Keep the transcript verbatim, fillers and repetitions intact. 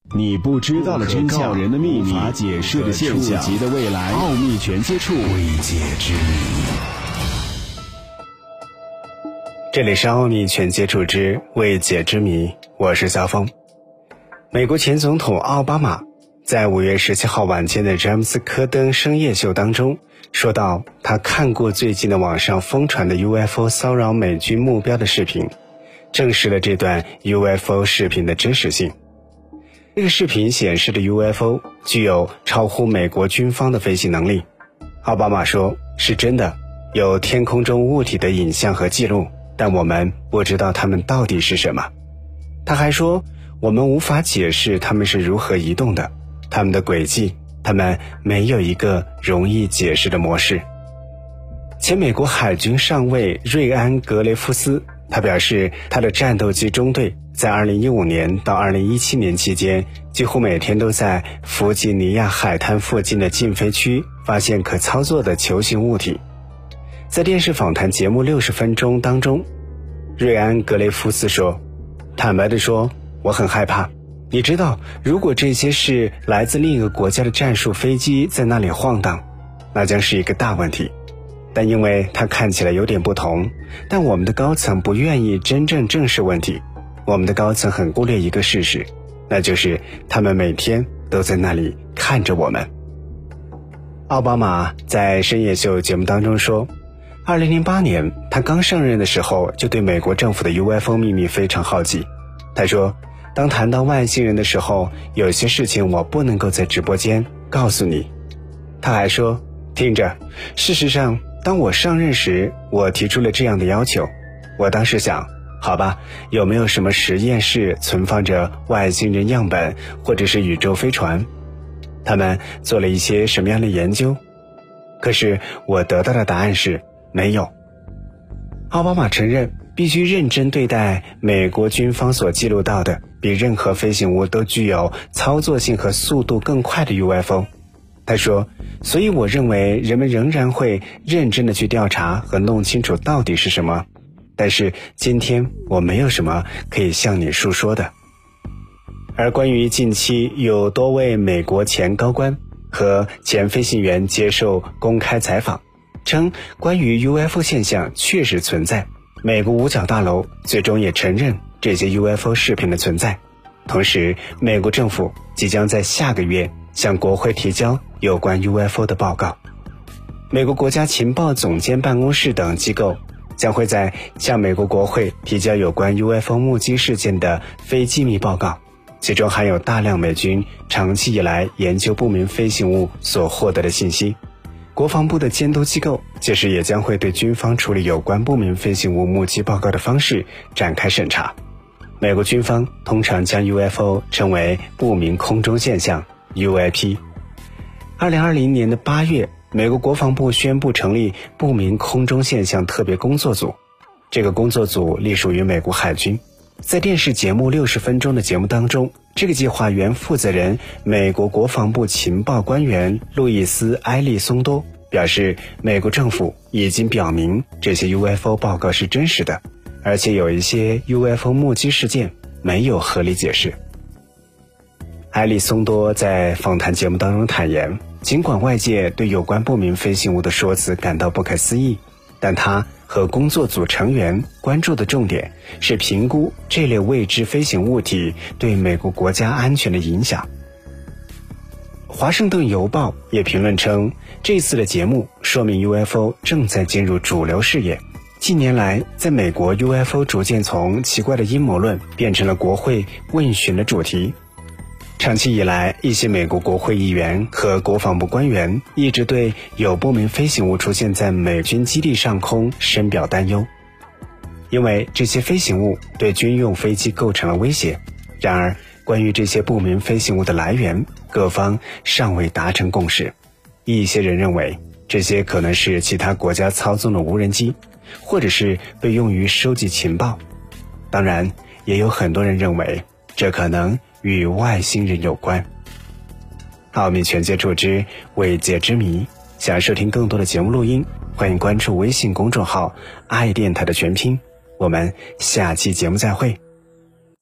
你不知道的真相，人的秘密，无法解释的现象，触及的未来，奥秘全接触，未解之谜。 这里是奥秘全接触之未解之谜，我是肖峰。美国前总统奥巴马在五月十七号晚间的詹姆斯科登深夜秀当中说到，他看过最近的网上疯传的 U F O 骚扰美军目标的视频，证实了这段 U F O 视频的真实性。这个视频显示的 U F O 具有超乎美国军方的飞行能力。奥巴马说，是真的，有天空中物体的影像和记录，但我们不知道它们到底是什么。他还说，我们无法解释它们是如何移动的，它们的轨迹，它们没有一个容易解释的模式。前美国海军上尉瑞安·格雷夫斯，他表示，他的战斗机中队在二零一五年到二零一七年期间，几乎每天都在弗吉尼亚海滩附近的禁飞区发现可操作的球形物体。在电视访谈节目六十分钟当中，瑞安·格雷夫斯说，坦白地说，我很害怕。你知道，如果这些是来自另一个国家的战术飞机在那里晃荡，那将是一个大问题。但因为它看起来有点不同，但我们的高层不愿意真正正视问题。我们的高层很忽略一个事实，那就是他们每天都在那里看着我们。奥巴马在深夜秀节目当中说，二零零八年他刚上任的时候就对美国政府的 U F O 秘密非常好奇。他说，当谈到外星人的时候，有些事情我不能够在直播间告诉你。他还说，听着，事实上当我上任时，我提出了这样的要求。我当时想，好吧，有没有什么实验室存放着外星人样本，或者是宇宙飞船？他们做了一些什么样的研究？可是我得到的答案是没有。奥巴马承认，必须认真对待美国军方所记录到的比任何飞行物都具有操作性和速度更快的 U F O。他说，所以我认为人们仍然会认真的去调查和弄清楚到底是什么，但是今天我没有什么可以向你述说的。而关于近期有多位美国前高官和前飞行员接受公开采访，称关于 U F O 现象确实存在，美国五角大楼最终也承认这些 U F O 视频的存在。同时，美国政府即将在下个月向国会提交有关 U F O 的报告。美国国家情报总监办公室等机构将会在向美国国会提交有关 U F O 目击事件的非机密报告，其中含有大量美军长期以来研究不明飞行物所获得的信息。国防部的监督机构届时也将会对军方处理有关不明飞行物目击报告的方式展开审查。美国军方通常将 U F O 称为不明空中现象 U A P。 二零二零年的八月，美国国防部宣布成立不明空中现象特别工作组，这个工作组隶属于美国海军。在电视节目六十分钟的节目当中，这个计划原负责人美国国防部情报官员路易斯·埃利松多表示，美国政府已经表明这些 U F O 报告是真实的，而且有一些 U F O 目击事件没有合理解释。埃利松多在访谈节目当中坦言，尽管外界对有关不明飞行物的说辞感到不可思议，但他和工作组成员关注的重点是评估这类未知飞行物体对美国国家安全的影响。华盛顿邮报也评论称，这次的节目说明 U F O 正在进入主流视野。近年来，在美国 U F O 逐渐从奇怪的阴谋论变成了国会问询的主题。长期以来，一些美国国会议员和国防部官员一直对有不明飞行物出现在美军基地上空深表担忧，因为这些飞行物对军用飞机构成了威胁。然而，关于这些不明飞行物的来源，各方尚未达成共识。一些人认为，这些可能是其他国家操纵的无人机，或者是被用于收集情报。当然，也有很多人认为，这可能与外星人有关。奥秘全接触之未解之谜，想要收听更多的节目录音，欢迎关注微信公众号爱电台的全拼。我们下期节目再会。